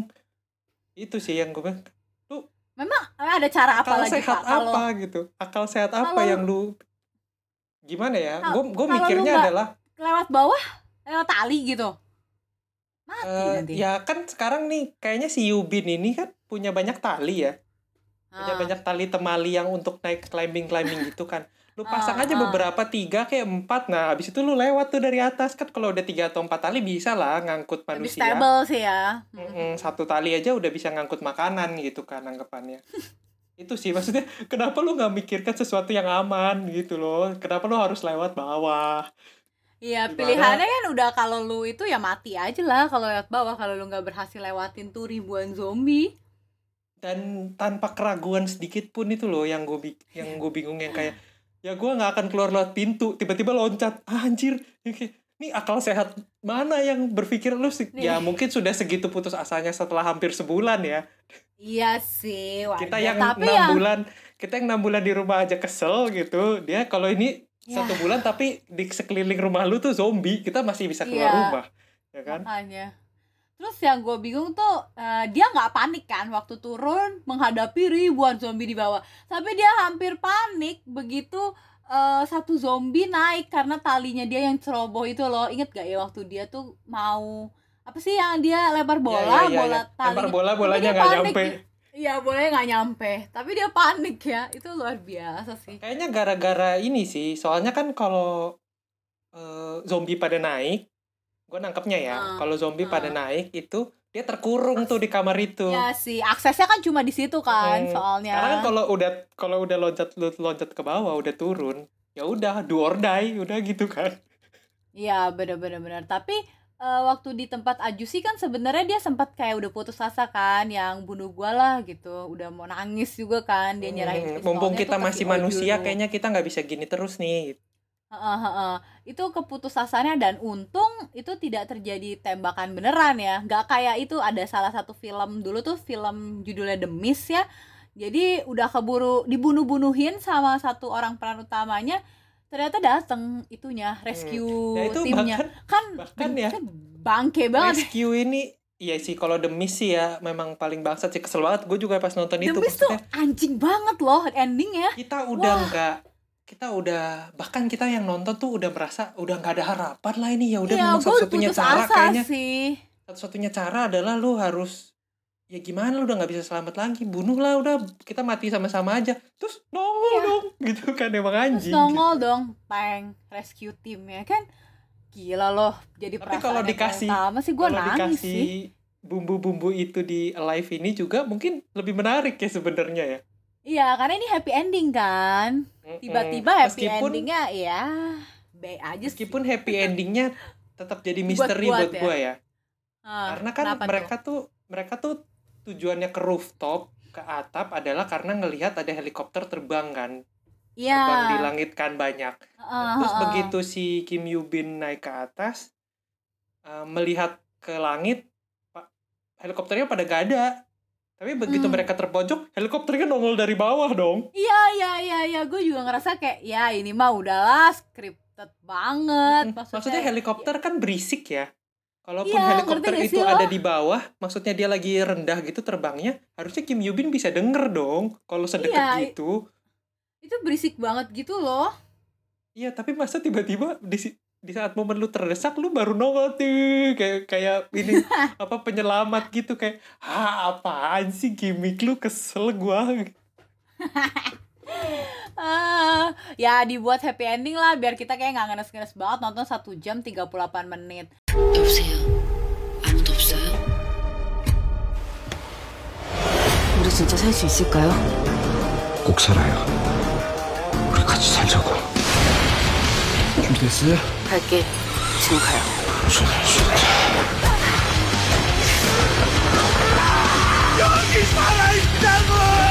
Itu sih yang gue bilang, lu Memang ada cara apa akal lagi sehat Pak kalau apa gitu, akal sehat apa kalau- yang lu gimana ya? Kalau- Gue kalau lu mikirnya nggak adalah lewat bawah, lewat tali gitu. Mati nanti. ya kan sekarang nih kayaknya si Yubin ini kan punya banyak tali ya. Punya banyak tali temali yang untuk naik climbing gitu kan. Lu pasang aja Ah, ah. beberapa, 3 kayak 4. Nah, habis itu lu lewat tuh dari atas. Kan kalau udah 3 atau 4 tali bisa lah ngangkut Lebih manusia. stable sih ya. Satu tali aja udah bisa ngangkut makanan gitu kan anggapannya. Itu sih maksudnya, kenapa lu nggak mikirkan sesuatu yang aman gitu loh? Kenapa lu harus lewat bawah? Iya, Gimana? pilihannya kan udah kalau lu itu ya mati aja lah kalau lewat bawah kalau lu nggak berhasil lewatin tuh ribuan zombie. Dan tanpa keraguan sedikit pun itu loh yang gue bingung, yang kayak ya gue nggak akan keluar lewat pintu, tiba-tiba loncat. Anjir, ini akal sehat mana yang berpikir lu ya mungkin sudah segitu putus asanya setelah hampir sebulan ya. Iya sih, wajar. Kita yang Tapi 6 ya, bulan, kita yang 6 bulan di rumah aja kesel gitu. Dia kalau ini Ya. 1 bulan tapi di sekeliling rumah lu tuh zombie, kita masih bisa keluar Iya. rumah, ya kan? makanya. Terus yang gue bingung tuh dia nggak panik kan waktu turun menghadapi ribuan zombie di bawah. Tapi dia hampir panik begitu satu zombie naik karena talinya dia yang ceroboh itu loh. Ingat gak ya waktu dia tuh mau apa sih yang dia lempar bola, Ya. bola Lempar talinya. bola, Tapi bolanya dia nggak panik. nyampe. Iya, bolanya nggak nyampe. Tapi dia panik ya. Itu luar biasa sih. Kayaknya gara-gara ini sih, soalnya kan kalau zombie pada naik, gue nangkepnya ya, kalau zombie pada naik itu dia terkurung tuh di kamar itu. Ya sih, aksesnya kan cuma di situ kan soalnya. Karena kan kalau udah loncat ke bawah, udah turun, ya udah do or die, udah gitu kan. Iya, benar. Tapi waktu di tempat Ajusi kan sebenarnya dia sempat kayak udah putus asa kan, yang bunuh gua lah gitu. Udah mau nangis juga kan, dia nyerahin pistolnya Mumpung kita tuh ke masih si Oju manusia, tuh. kayaknya kita nggak bisa gini terus nih. Itu keputusasannya dan untung itu tidak terjadi tembakan beneran ya. Nggak kayak itu ada salah satu film dulu tuh, film judulnya The Mist ya. Jadi udah keburu dibunuh-bunuhin sama satu orang peran utamanya. Ternyata dateng itunya rescue Nah, itu timnya. bahkan ya, Bangke banget. rescue ini, iya sih kalau The Mist sih ya memang paling bangsat sih, kesel banget gue juga pas nonton The itu. Mist tuh Maksudnya anjing banget loh endingnya. kita udah bahkan kita yang nonton tuh udah merasa udah nggak ada harapan lah ini, ya udah Iya, memang gue satu-satunya putus cara asa kayaknya. sih. Satu-satunya cara adalah lu harus, ya gimana, lu udah nggak bisa selamat lagi, bunuh lah, udah kita mati sama-sama aja, terus nongol dong gitu kan, emang Terus anjing nongol gitu. dong tank rescue timnya kan. Gila loh, jadi Tapi kalau perasaan dikasih pertama sih gue nangis dikasih sih. bumbu-bumbu itu di Alive ini juga mungkin lebih menarik ya sebenarnya ya. Iya, karena ini happy ending kan. Tiba-tiba happy Meskipun- endingnya ya B aja sih. Meskipun happy endingnya tetap jadi misteri Buat-buat buat ya. gue ya. Ah, Karena kan kenapa mereka tuh tujuannya ke rooftop, ke atap adalah karena ngelihat ada helikopter terbang kan. Iya. Terbang di langit kan banyak. Terus Heeh. begitu si Kim Yoo Bin naik ke atas, melihat ke langit, helikopternya pada gak ada. Tapi begitu mereka terpojok, helikopternya nongol dari bawah dong. Iya, gue juga ngerasa kayak ya ini mah udahlah scripted banget. Maksudnya helikopter kan berisik ya. Kalaupun Iya, helikopter ngerti gak itu sih lo? ada di bawah, maksudnya dia lagi rendah gitu terbangnya, harusnya Kim Yoo Bin bisa denger dong kalau sedekat Iya. gitu. Itu berisik banget gitu loh. Iya, tapi masa tiba-tiba di saat momen lu terdesak, lu baru nongol tuh kayak ini apa penyelamat gitu, kayak apaan sih gimmick lu, kesel gua. Ya dibuat happy ending lah biar kita kayak nggak ngenes-ngenes banget nonton 1 jam 38 menit. 여보세요? 아무도 없어요? 우리 진짜 살 수 있을까요? 꼭 살아요. 우리 같이 살자고. 준비됐어요? 갈게. 지금 가요. 무슨 진짜. 여기 살아있다고!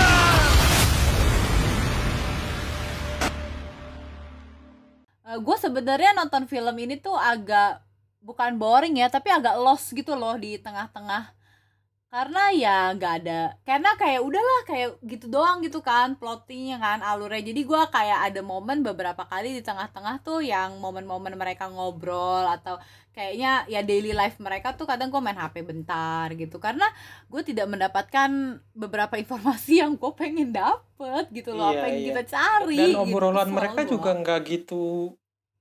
Gue sebenarnya nonton film ini tuh agak bukan boring ya, tapi agak lost gitu loh di tengah-tengah. Karena ya nggak ada, karena kayak udahlah kayak gitu doang gitu kan plottingnya kan, alurnya. Jadi gue kayak ada momen beberapa kali di tengah-tengah tuh yang momen-momen mereka ngobrol atau kayaknya ya daily life mereka tuh kadang gue main HP bentar gitu, karena gue tidak mendapatkan beberapa informasi yang gue pengen dapet gitu loh, apa yang kita cari. Dan gitu. obrolan Kesel mereka gua. juga nggak gitu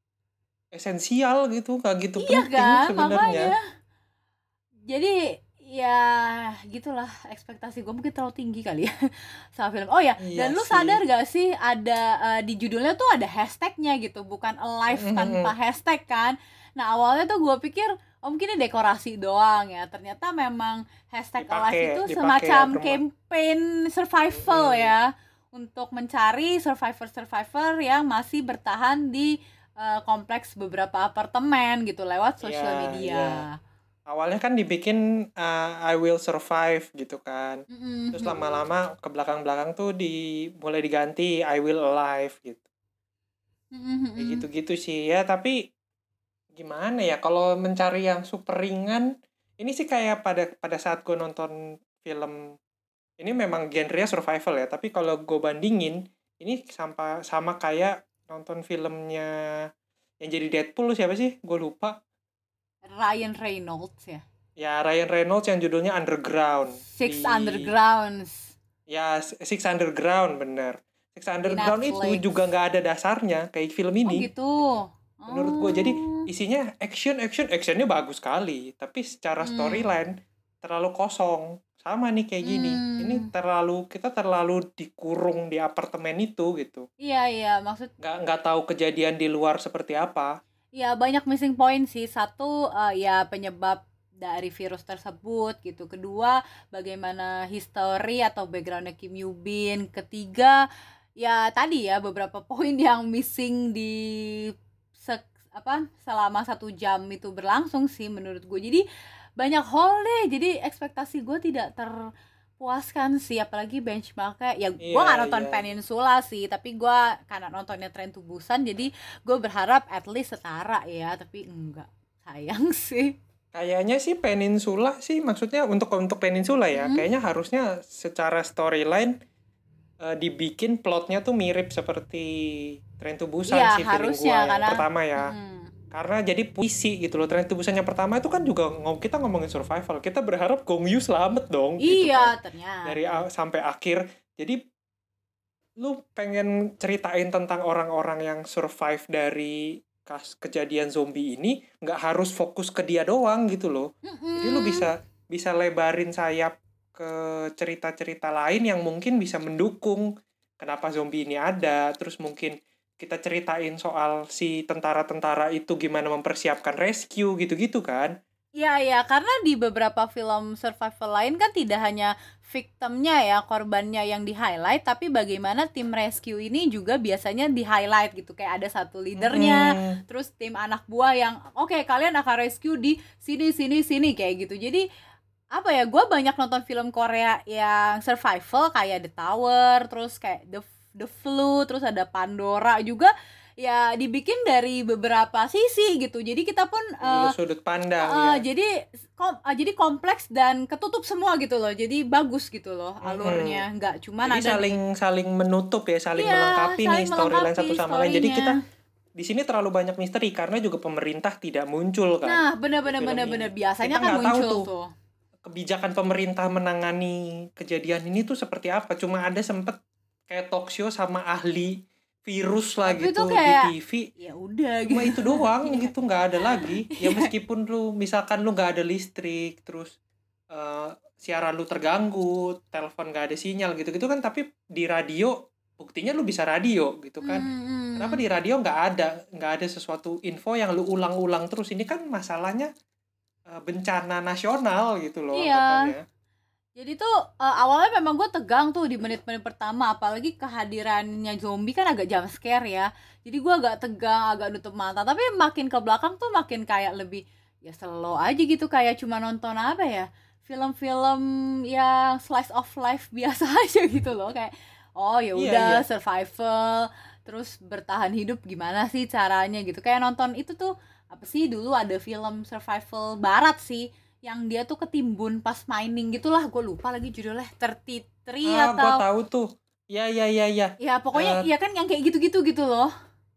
esensial gitu, nggak gitu Iya penting kan, sebenarnya. makanya. Jadi Ya gitulah, ekspektasi gue mungkin terlalu tinggi kali ya sama film. Oh ya, Iya dan lu sih. sadar gak sih ada di judulnya tuh ada hashtagnya gitu, bukan alive tanpa hashtag kan. Nah awalnya tuh gue pikir oh mungkin ini dekorasi doang ya, ternyata memang hashtag alive itu Dipakai semacam ya campaign survival ya, untuk mencari survivor yang masih bertahan di kompleks beberapa apartemen gitu lewat sosial Iya, media. iya. Awalnya kan dibikin I will survive gitu kan. Terus lama-lama ke belakang-belakang tuh mulai diganti I will alive gitu. Kayak gitu-gitu sih ya, tapi gimana ya kalau mencari yang super ringan, ini sih kayak pada saat gue nonton film ini memang genrenya survival ya, tapi kalau gue bandingin ini sama kayak nonton filmnya yang jadi Deadpool siapa sih? Gue lupa. Ryan Reynolds ya. Ya Ryan Reynolds yang judulnya Underground. Six Undergrounds. Ya Six Underground bener. Six Underground itu Netflix. juga nggak ada dasarnya kayak film Oh ini. gitu. Menurut gue jadi isinya actionnya bagus sekali, tapi secara storyline terlalu kosong. Sama nih kayak gini. Ini kita terlalu dikurung di apartemen itu gitu. Iya maksud. Nggak tahu kejadian di luar seperti apa. Ya banyak missing point sih. Satu ya penyebab dari virus tersebut gitu. Kedua bagaimana history atau backgroundnya Kim Yoo Bin. Ketiga ya tadi ya beberapa poin yang missing di selama 1 jam itu berlangsung sih menurut gue. Jadi banyak hole deh, jadi ekspektasi gue tidak terpuaskan sih, apalagi benchmarknya ya gue nggak nonton Peninsula sih, tapi gue karena nontonnya Train to Busan jadi gue berharap at least setara ya, tapi enggak, sayang sih. Kayaknya sih Peninsula sih, maksudnya untuk Peninsula ya, kayaknya harusnya secara storyline dibikin plotnya tuh mirip seperti Train to Busan ya, sih feeling gue yang pertama ya. Karena jadi puisi gitu loh. Train to Busan yang pertama itu kan juga kita ngomongin survival. Kita berharap Gong Yoo selamat dong. Iya, gitu kan. ternyata. Dari sampai akhir. Jadi lu pengen ceritain tentang orang-orang yang survive dari kejadian zombie ini, nggak harus fokus ke dia doang gitu loh. Jadi lu bisa lebarin sayap ke cerita-cerita lain yang mungkin bisa mendukung kenapa zombie ini ada. Terus mungkin kita ceritain soal si tentara-tentara itu gimana mempersiapkan rescue gitu-gitu kan. Iya, karena di beberapa film survival lain kan tidak hanya victimnya ya, korbannya yang di-highlight, tapi bagaimana tim rescue ini juga biasanya di-highlight gitu. Kayak ada satu leadernya, terus tim anak buah yang oke, kalian akan rescue di sini kayak gitu. Jadi apa ya, gue banyak nonton film Korea yang survival kayak The Tower, terus kayak The Flu, terus ada Pandora juga, ya dibikin dari beberapa sisi gitu. Jadi kita pun sudut pandang ya. Jadi kompleks dan ketutup semua gitu loh. Jadi bagus gitu loh alurnya. Nggak cuman jadi ada saling menutup ya, saling melengkapi nih storyline satu sama lain. Jadi kita di sini terlalu banyak misteri karena juga pemerintah tidak muncul kan. Nah, benar biasanya kita kan muncul tahu tuh. Kebijakan pemerintah menangani kejadian ini tuh seperti apa. Cuma ada sempet kayak talk show sama ahli virus lah tapi gitu kayak, di TV. Ya udah cuma gitu. Itu doang gitu, nggak ada lagi. Ya meskipun misalkan lu nggak ada listrik, terus siaran lu terganggu, telepon nggak ada sinyal gitu-gitu kan, tapi di radio buktinya lu bisa radio gitu kan. Kenapa di radio nggak ada sesuatu info yang lu ulang-ulang terus? Ini kan masalahnya bencana nasional gitu loh. Iya. Jadi tuh awalnya memang gue tegang tuh di menit-menit pertama, apalagi kehadirannya zombie kan agak jump scare ya. Jadi gue agak tegang, agak nutup mata. Tapi makin ke belakang tuh makin kayak lebih ya slow aja gitu, kayak cuma nonton apa ya, film-film yang slice of life biasa aja gitu loh, kayak oh ya udah survival, terus bertahan hidup gimana sih caranya gitu. Kayak nonton itu tuh apa sih, dulu ada film survival barat sih yang dia tuh ketimbun pas mining gitulah, gue lupa lagi judulnya, 33 atau gue tahu tuh. Ya pokoknya ya kan yang kayak gitu gitu loh.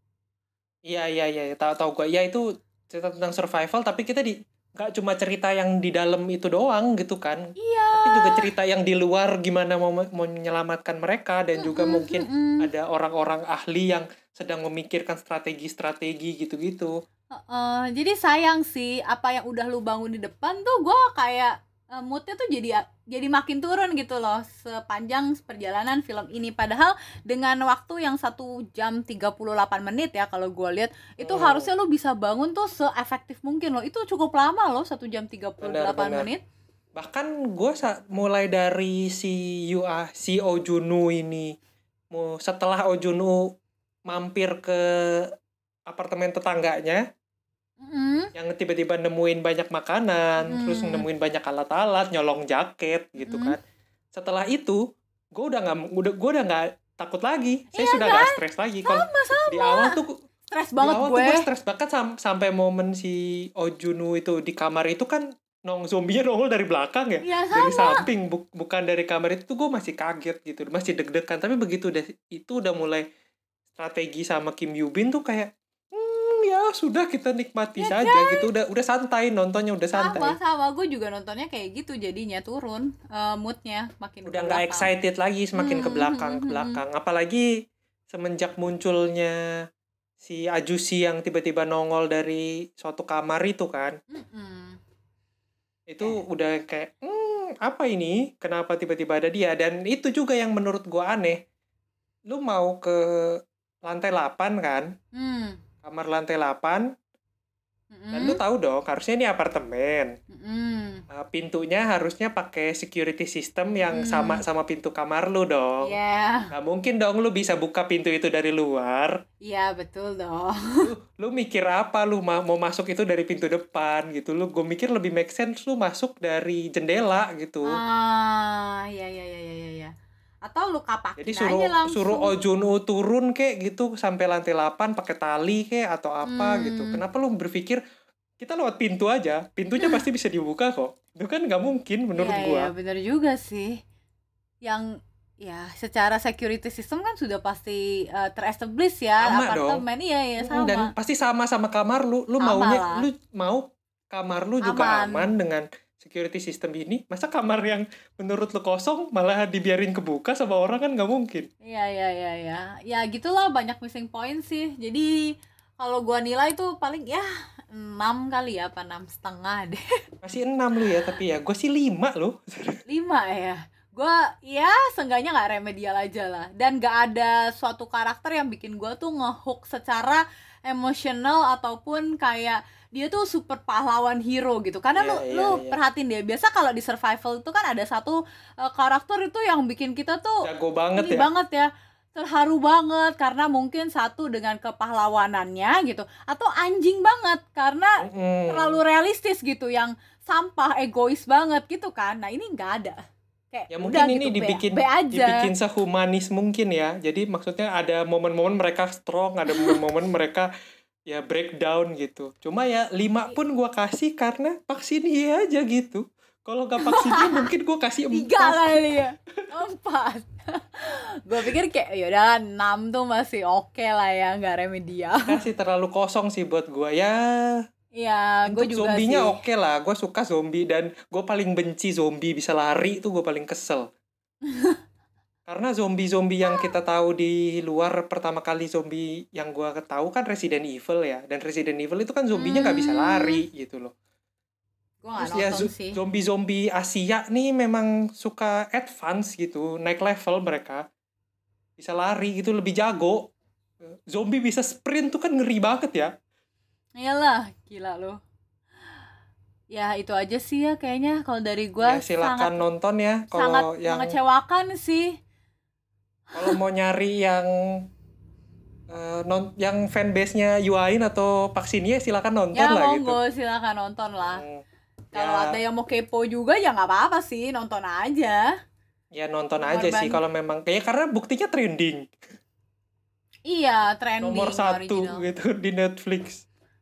Iya tahu gue. Ya itu cerita tentang survival, tapi kita nggak cuma cerita yang di dalam itu doang gitu kan. Iya. Tapi juga cerita yang di luar gimana mau menyelamatkan mereka, dan juga mungkin ada orang-orang ahli yang sedang memikirkan strategi gitu-gitu. Jadi sayang sih, apa yang udah lu bangun di depan tuh gue kayak moodnya tuh jadi makin turun gitu loh sepanjang perjalanan film ini. Padahal dengan waktu yang 1 jam 38 menit ya kalau gue lihat itu harusnya lo bisa bangun tuh seefektif mungkin loh. Itu cukup lama loh 1 jam 38 Benar. menit. Bahkan gue mulai dari si Oh Jun-woo ini, setelah Oh Jun-woo mampir ke apartemen tetangganya, yang tiba-tiba nemuin banyak makanan, terus nemuin banyak alat-alat, nyolong jaket gitu kan. Setelah itu, gue udah nggak takut lagi. Saya sudah nggak stres lagi. Kalau di awal tuh stres banget gue. Gue stres banget sampai momen si Oh Jun-woo itu di kamar itu kan zombinya nongol dari belakang ya, dari samping, bukan dari kamar itu. Tuh gue masih kaget gitu, masih deg-degan. Tapi begitu udah mulai strategi sama Kim Yoo Bin tuh kayak ya sudah, kita nikmati saja gitu. Udah santai nontonnya, udah santai. Sama gue juga nontonnya kayak gitu, jadinya turun moodnya makin udah nggak excited lagi, semakin ke belakang. Apalagi semenjak munculnya si Ajusi yang tiba-tiba nongol dari suatu kamar itu kan. Itu udah kayak apa ini? Kenapa tiba-tiba ada dia? Dan itu juga yang menurut gue aneh. Lu mau ke lantai 8 kan? Kamar lantai 8. Dan lu tahu dong, harusnya ini apartemen. Pintunya harusnya pakai security system yang sama pintu kamar lu dong. Nggak mungkin dong lu bisa buka pintu itu dari luar. Iya, betul dong. Lu mikir apa? Lu mau masuk itu dari pintu depan gitu. Gue mikir lebih make sense lu masuk dari jendela gitu. Iya. Atau lu kapakin jadi aja langsung. Suruh Oh Jun-woo turun kek gitu sampai lantai 8 pakai tali kek atau apa gitu. Kenapa lu berpikir kita lewat pintu aja, pintunya pasti bisa dibuka kok. Itu kan nggak mungkin menurut gua. Iya, benar juga sih. Yang ya secara security system kan sudah pasti terestablish ya, sama apartemen. Iya sama. Dan pasti sama kamar lu maunya lu mau kamar lu juga aman dengan security system ini. Masa kamar yang menurut lu kosong malah dibiarin kebuka sama orang, kan nggak mungkin. Iya. Ya gitulah, banyak missing point sih. Jadi kalau gua nilai tuh paling ya 6 kali ya, apa 6,5 deh. Masih 6 lu ya, tapi ya gue sih 5 loh. 5 ya. Gua ya seenggaknya gak remedial aja lah. Dan gak ada suatu karakter yang bikin gua tuh ngehook secara emosional ataupun kayak dia tuh super pahlawan hero gitu. Karena lu perhatiin deh, biasa kalau di survival itu kan ada satu karakter itu yang bikin kita tuh jago banget ya, terharu banget karena mungkin satu dengan kepahlawanannya gitu, atau anjing banget karena terlalu realistis gitu, yang sampah, egois banget gitu kan. Nah ini nggak ada. Kayak ya mungkin ini gitu, dibikin sehumanis mungkin ya. Jadi maksudnya ada momen-momen mereka strong, ada momen-momen mereka ya breakdown gitu. Cuma ya 5 pun gue kasih karena vaksin iya aja gitu. Kalau gak vaksinnya mungkin gue kasih 4. 3 kali ya. 4. Gue pikir kayak yaudah 6 tuh masih oke lah ya, gak remedial. Kasih terlalu kosong sih buat gue ya. Iya, gue juga zombinya sih. Oke lah, gue suka zombie. Dan gue paling benci zombie bisa lari, itu gue paling kesel. Karena zombie-zombie yang kita tahu di luar, pertama kali zombie yang gue tahu kan Resident Evil ya. Dan Resident Evil itu kan zombinya gak bisa lari gitu loh. Terus ya zombie Asia nih memang suka advance gitu, naik level mereka. Bisa lari gitu, lebih jago. Zombie bisa sprint tuh kan ngeri banget ya. Iyalah, gila loh. Ya itu aja sih ya kayaknya kalau dari gua. Ya silakan nonton ya. Kalau yang mengecewakan sih. Kalau mau nyari yang yang fanbase-nya Yuain atau Paksinia silakan nonton ya, lah gitu. Ya monggo silakan nonton lah. Kalau ada yang mau kepo juga ya nggak apa-apa sih, nonton aja. Ya nonton aja sih kalau memang kayak, karena buktinya trending. Iya, trending. Nomor 1 gitu di Netflix.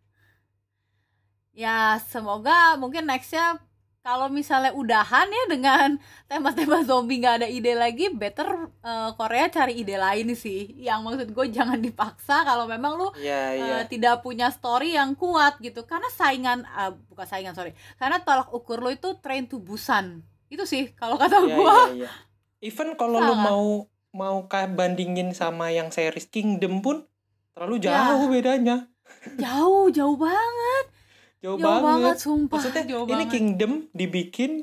Ya semoga mungkin nextnya kalau misalnya udahan ya dengan tema-tema zombie nggak ada ide lagi, better Korea cari ide lain sih. Yang maksud gue jangan dipaksa kalau memang lu tidak punya story yang kuat gitu. Karena karena tolak ukur lu itu Train to Busan. Itu sih kalau kata gue. Iya. Even kalau lu mau bandingin sama yang series Kingdom pun terlalu jauh bedanya. Jauh banget. Jauh banget, sumpah. Maksudnya jauh ini banget. Kingdom dibikin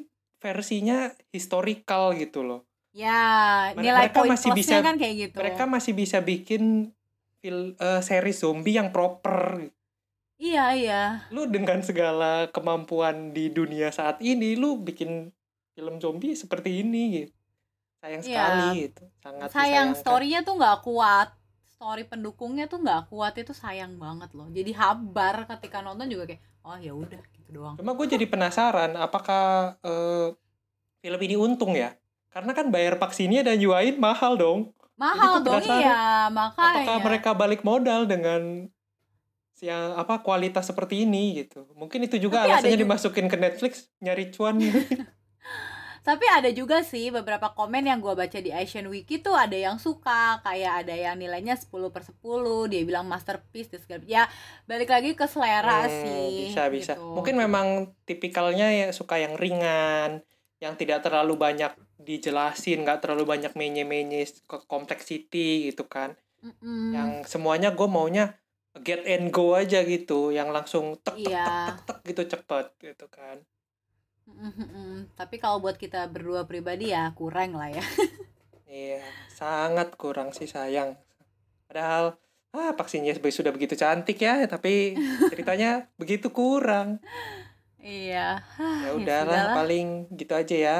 versinya historical gitu loh. Ya, nilai Mereka poin masih plusnya bisa kan kayak gitu. mereka masih bisa bikin seri zombie yang proper. Iya. Lu dengan segala kemampuan di dunia saat ini, lu bikin film zombie seperti ini gitu. Sayang Iya. sekali gitu. Sangat Sayang disayangkan. story-nya tuh nggak kuat. Story pendukungnya tuh nggak kuat, itu sayang banget loh. Jadi hambar ketika nonton juga kayak, oh ya udah gitu doang. Cuma gue jadi penasaran apakah film ini untung ya? Karena kan bayar vaksinnya dan UAIN mahal dong. Mahal Jadi gua dong, penasaran, iya, makanya. apakah mereka balik modal dengan kualitas seperti ini gitu. Mungkin itu juga Tapi ada alasannya juga- dimasukin ke Netflix nyari cuan. Tapi ada juga sih beberapa komen yang gue baca di Asian Wiki tuh ada yang suka, kayak ada yang nilainya 10/10, dia bilang masterpiece, ya balik lagi ke selera sih. Bisa. Gitu. Mungkin memang tipikalnya ya suka yang ringan, yang tidak terlalu banyak dijelasin, nggak terlalu banyak menye-menye ke complexity gitu kan. Yang semuanya gue maunya get and go aja gitu, yang langsung tek gitu cepet gitu kan. Tapi kalau buat kita berdua pribadi ya kurang lah ya. Iya, sangat kurang sih, sayang. Padahal vaksinnya sudah begitu cantik ya, tapi ceritanya begitu kurang. Iya. Ya udahlah, paling gitu aja ya.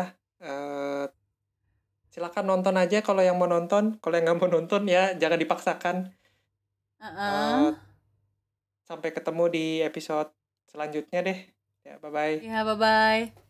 Silakan nonton aja kalau yang mau nonton. Kalau yang nggak mau nonton ya jangan dipaksakan. Sampai ketemu di episode selanjutnya deh. Ya, bye-bye. Ya, bye-bye.